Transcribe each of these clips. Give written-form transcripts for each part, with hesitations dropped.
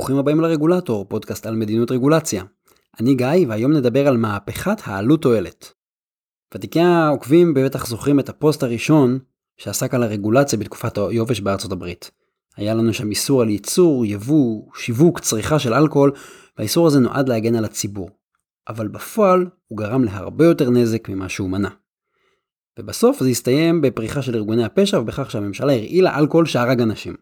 ברוכים הבאים לרגולטור, פודקאסט על מדיניות רגולציה. אני גיא, והיום נדבר על מהפכת העלות תועלת. ותיקי העוקבים בטח זוכרים את הפוסט הראשון שעסק על הרגולציה בתקופת היובש בארצות הברית. היה לנו שם איסור על ייצור, יבוא, שיווק, צריכה של אלכוהול, והאיסור הזה נועד להגן על הציבור. אבל בפועל הוא גרם להרבה יותר נזק ממה שהוא מנע. ובסוף זה הסתיים בפריחה של ארגוני הפשע ובכך שהממשלה הרעילה אלכוהול שהרג אנשים.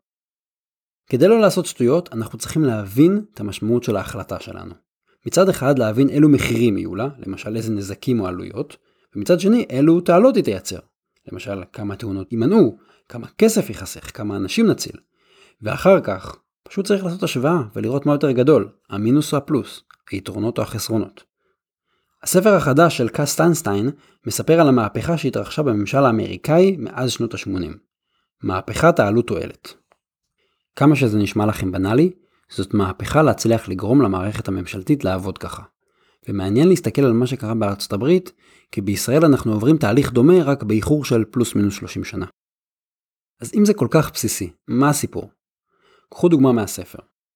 כדי לא לעשות שטויות, אנחנו צריכים להבין את המשמעות של ההחלטה שלנו. מצד אחד, להבין אילו מחירים יהיו לה, למשל איזה נזקים או עלויות, ומצד שני, אילו תעלות היא תייצר. למשל, כמה תאונות יימנעו, כמה כסף ייחסך, כמה אנשים נציל. ואחר כך, פשוט צריך לעשות השוואה ולראות מה יותר גדול, המינוס או הפלוס, היתרונות או החסרונות. הספר החדש של קאס סטנסטיין מספר על המהפכה שהתרחשה בממשל האמריקאי מאז שנות ה-80. מהפכת העלות תועלת. כמה שזה נשמע לכם בנאלי, זאת מהפכה להצליח לגרום למערכת הממשלתית לעבוד ככה. ומעניין להסתכל על מה שקרה בארצות הברית, כי בישראל אנחנו עוברים תהליך דומה רק באיחור של פלוס מינוס 30 שנה. אז אם זה כל כך בסיסי, מה הסיפור? קחו דוגמה מהספר.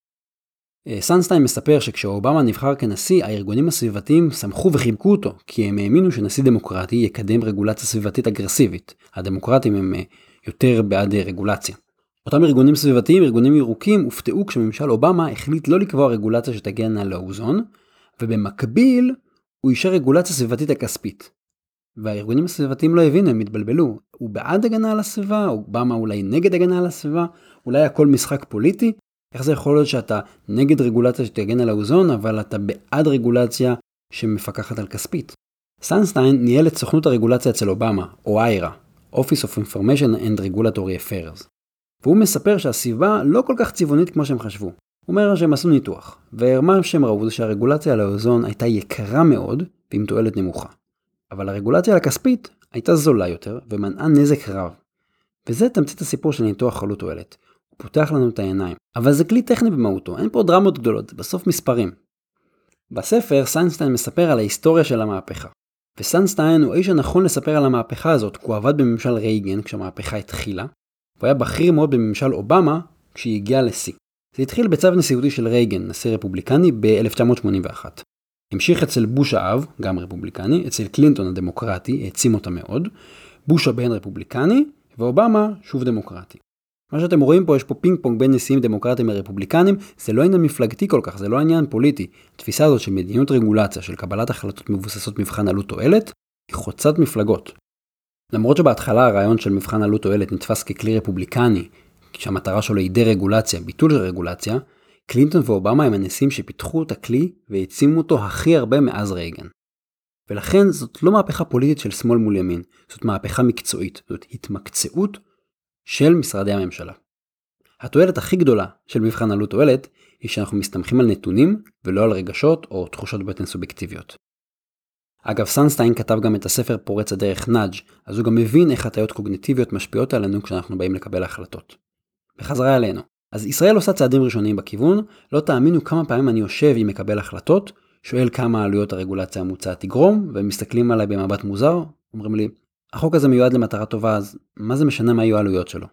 סטנסטיין מספר שכשאובמה נבחר כנשיא, הארגונים הסביבתיים שמחו וחיבקו אותו, כי הם האמינו שנשיא דמוקרטי יקדם רגולציה סביבתית אגרסיבית. הדמוקרטים הם יותר בעד רגולציה. אותם ארגונים סביבתיים, ארגונים ירוקים, הופתעו כשממשל אובמה החליט לא לקבוע רגולציה שתגן על האוזון, ובמקביל הוא אישר רגולציה סביבתית הכספית. והארגונים הסביבתיים לא הבינו, הם התבלבלו. הוא בעד הגנה על הסביבה, אובמה אולי נגד הגנה על הסביבה, אולי הכל משחק פוליטי. איך זה יכול להיות שאתה נגד רגולציה שתגן על האוזון, אבל אתה בעד רגולציה שמפקחת על כספית? סטנסטיין ניהל את סוכנות הרגולציה אצל אובמה, או איירה, Office of Information and Regulatory Affairs. והוא מספר שהסביבה לא כל כך צבעונית כמו שהם חשבו. הוא אומר שהם עשו ניתוח, ומה שהם ראו זה שהרגולציה על האוזון הייתה יקרה מאוד ועם תועלת נמוכה. אבל הרגולציה הכספית הייתה זולה יותר ומנעה נזק רב. וזה תמצית הסיפור של ניתוח עלות תועלת. הוא פותח לנו את העיניים. אבל זה כלי טכני במהותו, אין פה דרמות גדולות, זה בסוף מספרים. בספר סטנסטיין מספר על ההיסטוריה של המהפכה. וסטנסטיין הוא האיש הנכון לספר על המהפכה הזאת, כי הוא עבד בממשל רייגן כשהמהפכה התחילה. הוא היה בכיר מאוד בממשל אובמה כשהיא הגיעה לשיא. זה התחיל בצו נשיאותי של רייגן, נשיא רפובליקני, ב-1981. המשיך אצל בוש האב, גם רפובליקני, אצל קלינטון הדמוקרטי, העצים אותה מאוד, בוש הבן רפובליקני, ואובמה שוב דמוקרטי. מה שאתם רואים פה, יש פה פינג פונג בין נשיאים דמוקרטיים לרפובליקנים, זה לא עניין מפלגתי כל כך, זה לא עניין פוליטי. התפיסה הזאת של מדיניות רגולציה, של קבלת החלטות מבוססות מבחן עלות תועלת, היא חוצת מפלגות. למרות שבהתחלה הרעיון של מבחן עלות תועלת נתפס ככלי רפובליקני, כשהמטרה שלו היא דה-רגולציה, ביטול של רגולציה, קלינטון ואובמה הם הנשיאים שפיתחו את הכלי והעצימו אותו הכי הרבה מאז רייגן. ולכן זאת לא מהפכה פוליטית של שמאל מול ימין, זאת מהפכה מקצועית, זאת התמקצעות של משרדי הממשלה. התועלת הכי גדולה של מבחן עלות תועלת היא שאנחנו מסתמכים על נתונים ולא על רגשות או תחושות בטן סובייקטיביות. אגב, סטנסטיין כתב גם את הספר פורץ הדרך נאג', אז הוא גם מבין איך הטיות קוגניטיביות משפיעות עלינו כשאנחנו באים לקבל החלטות. בחזרה אלינו. אז ישראל עושה צעדים ראשוניים בכיוון, לא תאמינו כמה פעמים אני יושב עם מקבל החלטות, שואל כמה עלויות הרגולציה המוצעת תגרום, ומסתכלים עליי במבט מוזר, אומרים לי, החוק הזה מיועד למטרה טובה, אז מה זה משנה מה יהיו העלויות שלו?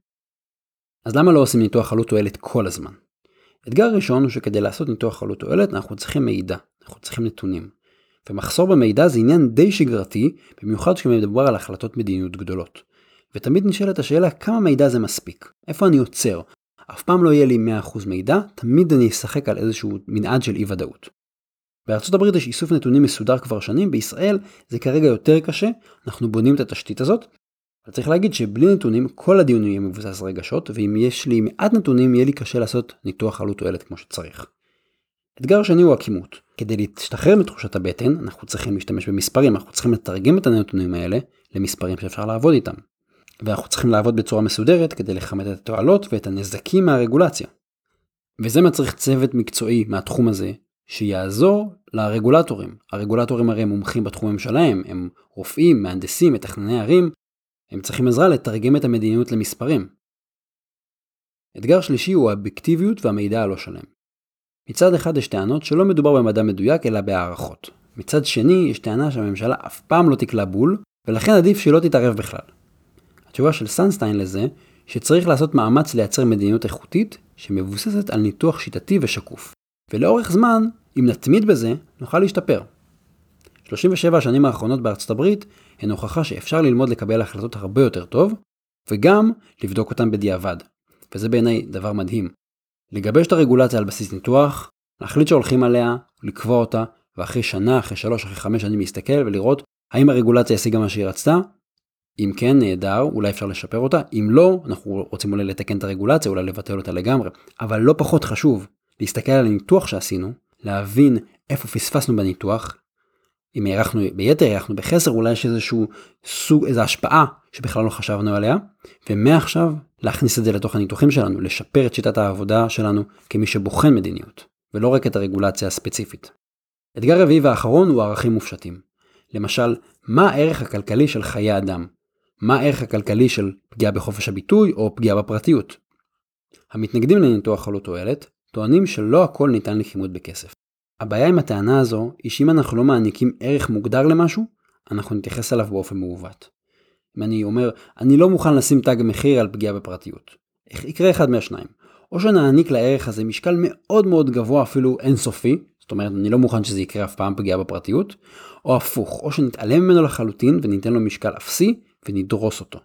אז למה לא עושים ניתוח עלות תועלת כל הזמן? אתגר ראשון הוא שכדי לעשות ניתוח עלות תועלת, אנחנו צריכים מידע, אנחנו צריכים נתונים. ומחסור במידע זה עניין די שגרתי, במיוחד כשמדובר על החלטות מדיניות גדולות. ותמיד נשאלת השאלה כמה מידע זה מספיק. איפה אני עוצר? אף פעם לא יהיה לי 100% מידע, תמיד אני אשחק על איזשהו מנעד של אי-ודאות. בארצות הברית יש איסוף נתונים מסודר כבר שנים, בישראל זה כרגע יותר קשה, אנחנו בונים את התשתית הזאת. אבל צריך להגיד שבלי נתונים כל הדיון יהיה מבוסס רגשות, ואם יש לי מעט נתונים יהיה לי קשה לעשות ניתוח עלות תועלת כמו שצריך. אתגר שני הוא הכימות. כדי להשתחרר מתחושת הבטן, אנחנו צריכים להשתמש במספרים, אנחנו צריכים לתרגם את הנתונים האלה למספרים שאפשר לעבוד איתם. ואנחנו צריכים לעבוד בצורה מסודרת כדי לכמת את התועלות ואת הנזקים מהרגולציה. וזה מצריך צוות מקצועי מהתחום הזה, שיעזור לרגולטורים. הרגולטורים הרי מומחים בתחומים שלהם, הם רופאים, מהנדסים, מתכנני ערים, הם צריכים עזרה לתרגם את המדיניות למספרים. אתגר שלישי הוא האובייקטיביות והמידע הלא שלם. מצד אחד יש טענות שלא מדובר במדע מדויק אלא בהערכות. מצד שני יש טענה שהממשלה אף פעם לא תקלה בול, ולכן עדיף שלא תתערב בכלל. התשובה של סטנסטיין לזה, שצריך לעשות מאמץ לייצר מדיניות איכותית, שמבוססת על ניתוח שיטתי ושקוף. ולאורך זמן, אם נתמיד בזה, נוכל להשתפר. 37 השנים האחרונות בארצות הברית הן הוכחה שאפשר ללמוד לקבל החלטות הרבה יותר טוב, וגם לבדוק אותן בדיעבד. וזה בעיניי דבר מדהים. לגבש את הרגולציה על בסיס ניתוח, להחליט שהולכים עליה, לקבוע אותה, ואחרי שנה, אחרי 3, אחרי 5 שנים להסתכל ולראות האם הרגולציה השיגה מה שהיא רצתה. אם כן, נהדר, אולי אפשר לשפר אותה. אם לא, אנחנו רוצים אולי לתקן את הרגולציה, אולי לבטל אותה לגמרי. אבל לא פחות חשוב להסתכל על הניתוח שעשינו, להבין איפה פספסנו בניתוח. אם הערכנו ביתר, הערכנו בחסר, אולי יש איזשהו סוג, איזו השפעה שבכלל לא חשבנו עליה. ומעכשיו להכניס את זה לתוך הניתוחים שלנו, לשפר את שיטת העבודה שלנו כמי שבוחן מדיניות, ולא רק את הרגולציה הספציפית. אתגר רביעי והאחרון הוא ערכים מופשטים. למשל, מה הערך הכלכלי של חיי אדם? מה הערך הכלכלי של פגיעה בחופש הביטוי או פגיעה בפרטיות? המתנגדים לניתוח עלות תועלת טוענים שלא הכל ניתן לכימות בכסף. הבעיה עם הטענה הזו היא שאם אנחנו לא מעניקים ערך מוגדר למשהו, אנחנו נתייחס אליו באופן מעוות. אם אני אומר, אני לא מוכן לשים תג מחיר על פגיעה בפרטיות. יקרה אחד מהשניים. או שנעניק לערך הזה משקל מאוד מאוד גבוה, אפילו אינסופי, זאת אומרת, אני לא מוכן שזה יקרה אף פעם פגיעה בפרטיות, או הפוך, או שנתעלם ממנו לחלוטין וניתן לו משקל אפסי ונדרוס אותו.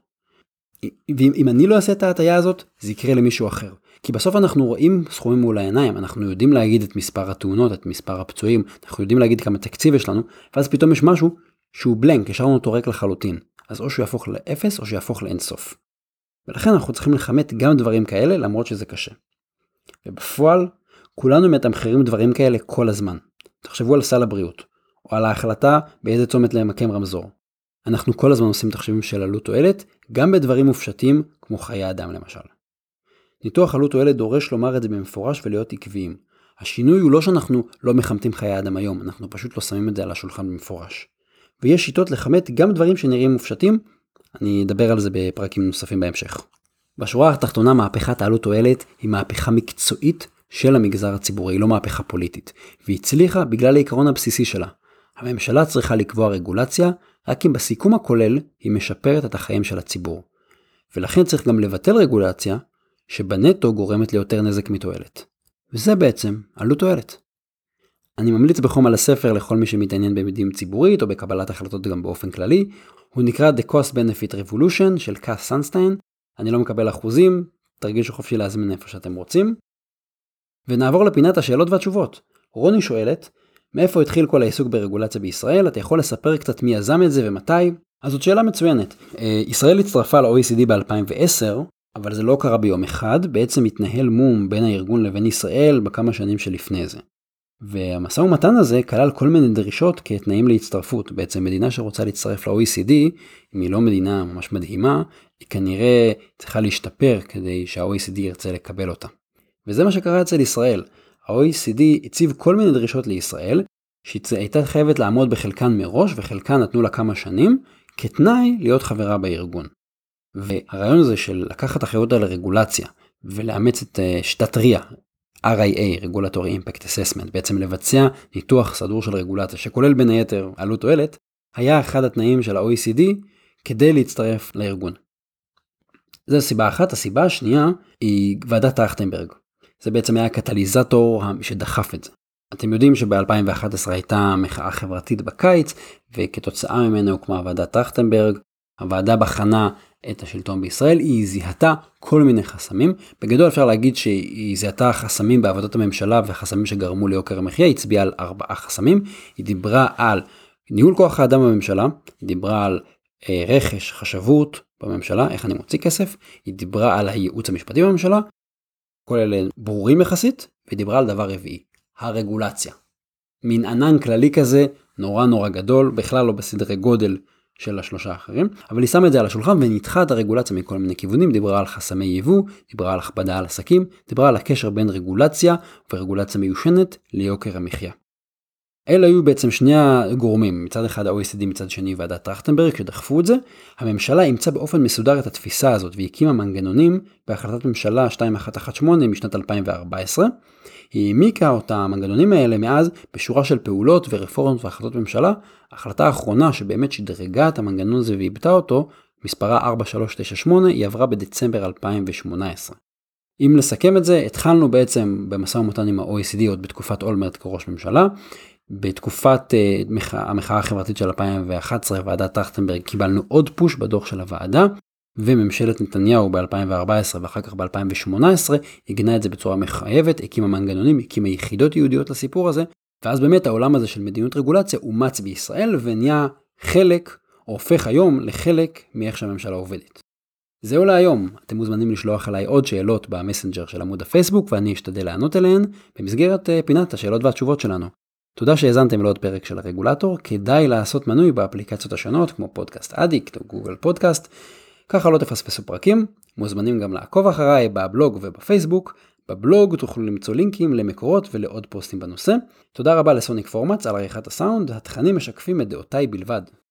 ואם אני לא אעשה את ההטעיה הזאת, זה יקרה למישהו אחר. כי בסוף אנחנו רואים סכומים מול העיניים, אנחנו יודעים להגיד את מספר התאונות, את מספר הפצועים, אנחנו יודעים להגיד כמה תקציב יש לנו, ואז פתאום יש משהו שהוא בלנק, השארנו אותו ריק לחלוטין. אז או שהוא יהפוך לאפס או שיהפוך לאינסוף. ולכן אנחנו צריכים לכמת גם דברים כאלה, למרות שזה קשה. ובפועל, כולנו מתמחרים דברים כאלה כל הזמן. תחשבו על סל הבריאות, או על ההחלטה באיזה צומת למקם רמזור. אנחנו כל הזמן עושים תחשיבים של עלות תועלת, גם בדברים מופשטים, כמו חיי אדם למשל. ניתוח עלות תועלת דורש לומר את זה במפורש ולהיות עקביים. השינוי הוא לא שאנחנו לא מחמתים חיי אדם היום, אנחנו פשוט לא שמים את זה על השולחן במפורש. ויש שיטות לכמת גם דברים שנראים מופשטים, אני אדבר על זה בפרקים נוספים בהמשך. בשורה התחתונה, מהפכת העלות תועלת היא מהפכה מקצועית של המגזר הציבורי, היא לא מהפכה פוליטית, והיא הצליחה בגלל העיקרון הבסיסי שלה. הממשלה צריכה לקבוע רגולציה, רק אם בסיכום הכולל היא משפרת את החיים של הציבור. ולכן צריך גם לבטל רגולציה, שבנטו גורמת ליותר נזק מתועלת. וזה בעצם עלות תועלת. אני ממליץ בחום על הספר לכל מי שמתעניין במדיניות ציבורית או בקבלת החלטות גם באופן כללי. הוא נקרא The Cost Benefit Revolution של קאס סנסטיין. אני לא מקבל אחוזים, תרגישו חופשי להזמין איפה שאתם רוצים. ונעבור לפינת השאלות והתשובות. רוני שואלת, מאיפה התחיל כל העיסוק ברגולציה בישראל? אתה יכול לספר קצת מי יזם את זה ומתי? אז זאת שאלה מצוינת. ישראל הצטרפה ל-OECD ב-2010, אבל זה לא קרה ביום אחד, בעצם התנהל מום בין הארגון לבין ישראל בכמה שנים שלפני זה. והמשא ומתן הזה כלל כל מיני דרישות כתנאים להצטרפות. בעצם מדינה שרוצה להצטרף ל-OECD, אם היא לא מדינה ממש מדהימה, היא כנראה צריכה להשתפר כדי שה-OECD ירצה לקבל אותה. וזה מה שקרה אצל ישראל. ה-OECD הציב כל מיני דרישות לישראל, שהיא הייתה חייבת לעמוד בחלקן מראש, וחלקן נתנו לה כמה שנים, כתנאי להיות חברה בארגון. והרעיון הזה של לקחת אחריות על הרגולציה, ולאמץ את שיטת RIA, Regulatory Impact Assessment, בעצם לבצע ניתוח סדור של רגולציה, שכולל בין היתר עלות תועלת, היה אחד התנאים של ה-OECD כדי להצטרף לארגון. זו סיבה אחת. הסיבה השנייה היא ועדת טרכטנברג. זה בעצם היה הקטליזטור שדחף את זה. אתם יודעים שב-2011 הייתה מחאה חברתית בקיץ, וכתוצאה ממנה הוקמה ועדת טרכטנברג. הוועדה בחנה את השלטון בישראל, היא זיהתה כל מיני חסמים. בגדול אפשר להגיד שהיא זיהתה חסמים בעבודת הממשלה וחסמים שגרמו ליוקר המחיה, היא הצביעה על 4 חסמים. היא דיברה על ניהול כוח האדם בממשלה, היא דיברה על רכש, חשבות בממשלה, איך אני מוציא כסף, היא דיברה על הייעוץ המשפטי בממשלה, כל אלה ברורים יחסית, והיא דיברה על דבר רביעי, הרגולציה. מין ענן כללי כזה, נורא גדול, בכלל לא בסדרי גודל של השלושה האחרים, אבל היא שמה את זה על השולחן וניתחה את הרגולציה מכל מיני כיוונים, דיברה על חסמי ייבוא, דיברה על הכבדה על עסקים, דיברה על הקשר בין רגולציה ורגולציה מיושנת ליוקר המחיה. אלה היו בעצם שני הגורמים, מצד אחד ה-OECD, מצד שני ועדת טרכטנברג, שדחפו את זה. הממשלה אימצה באופן מסודר את התפיסה הזאת, והקימה מנגנונים בהחלטת ממשלה 2118 משנת 2014. היא העמיקה אותה, המנגנונים האלה מאז, בשורה של פעולות ורפורמות והחלטות ממשלה. ההחלטה האחרונה שבאמת שדרגה את המנגנון הזה והיבטה אותו, מספרה 4398, היא עברה בדצמבר 2018. אם לסכם את זה, התחלנו בעצם במשא ומתן עם ה-OECD עוד בתקופת אולמרט כראש ממשלה, בתקופת המחאה החברתית של 2011, ועדת טרכטנברג, קיבלנו עוד פוש בדוח של הוועדה, וממשלת נתניהו ב-2014 ואחר כך ב-2018 הגנה את זה בצורה מחייבת, הקימה מנגנונים, הקימה יחידות יהודיות לסיפור הזה, ואז באמת העולם הזה של מדיניות רגולציה אומץ בישראל ונהיה חלק, או הופך היום לחלק מאיך שהממשלה עובדת. זהו להיום, אתם מוזמנים לשלוח אליי עוד שאלות במסנג'ר של עמוד הפייסבוק ואני אשתדל לענות אליהן במסגרת פינת השאלות והתשובות שלנו. תודה שהאזנתם לעוד פרק של הרגולטור, כדאי לעשות מנוי באפליקציות השונות כמו פודקאסט אדיקט או גוגל פודקאסט, ככה לא תפספסו פרקים. מוזמנים גם לעקוב אחריי בבלוג ובפייסבוק. בבלוג תוכלו למצוא לינקים למקורות ולעוד פוסטים בנושא. תודה רבה לסוניק פורמטס על עריכת הסאונד, התכנים משקפים את דעותיי בלבד.